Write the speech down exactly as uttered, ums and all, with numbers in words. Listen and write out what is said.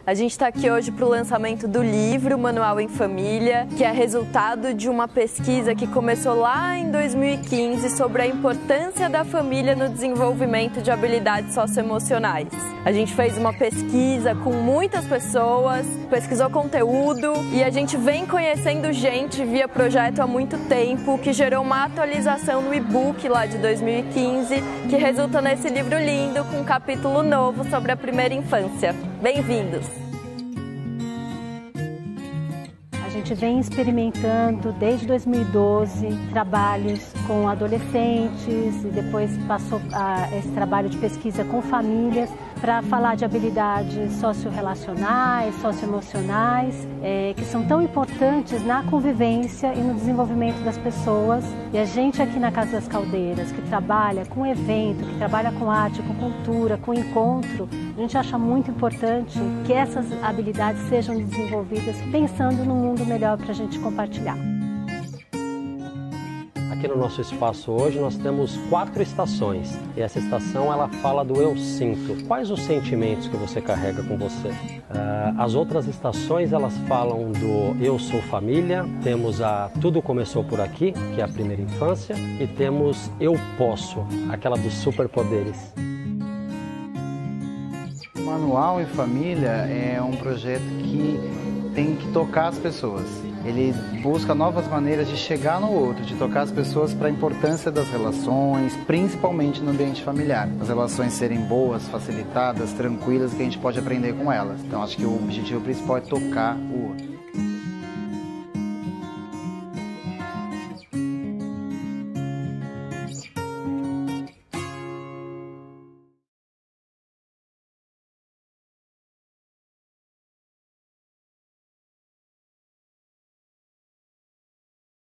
A gente está aqui hoje para o lançamento do livro Manual em Família, que é resultado de uma pesquisa que começou lá em dois mil e quinze sobre a importância da família no desenvolvimento de habilidades socioemocionais. A gente fez uma pesquisa com muitas pessoas, pesquisou conteúdo e a gente vem conhecendo gente via projeto há muito tempo, que gerou uma atualização no e-book lá de dois mil e quinze, que resulta nesse livro lindo com um capítulo novo sobre a primeira infância. Bem-vindos! A gente vem experimentando desde dois mil e doze trabalhos com adolescentes e depois passou a, esse trabalho de pesquisa com famílias para falar de habilidades sociorrelacionais, socioemocionais, é, que são tão importantes na convivência e no desenvolvimento das pessoas. E a gente aqui na Casa das Caldeiras, que trabalha com evento, que trabalha com arte, com cultura, com encontro, a gente acha muito importante que essas habilidades sejam desenvolvidas pensando num mundo melhor para a gente compartilhar. Aqui no nosso espaço hoje nós temos quatro estações e essa estação ela fala do eu sinto. Quais os sentimentos que você carrega com você? Uh, as outras estações elas falam do eu sou família, temos a tudo começou por aqui, que é a primeira infância, e temos eu posso, aquela dos superpoderes. O Manual em Família é um projeto que tem que tocar as pessoas. Ele busca novas maneiras de chegar no outro, de tocar as pessoas para a importância das relações, principalmente no ambiente familiar. As relações serem boas, facilitadas, tranquilas, que a gente pode aprender com elas. Então acho que o objetivo principal é tocar o outro.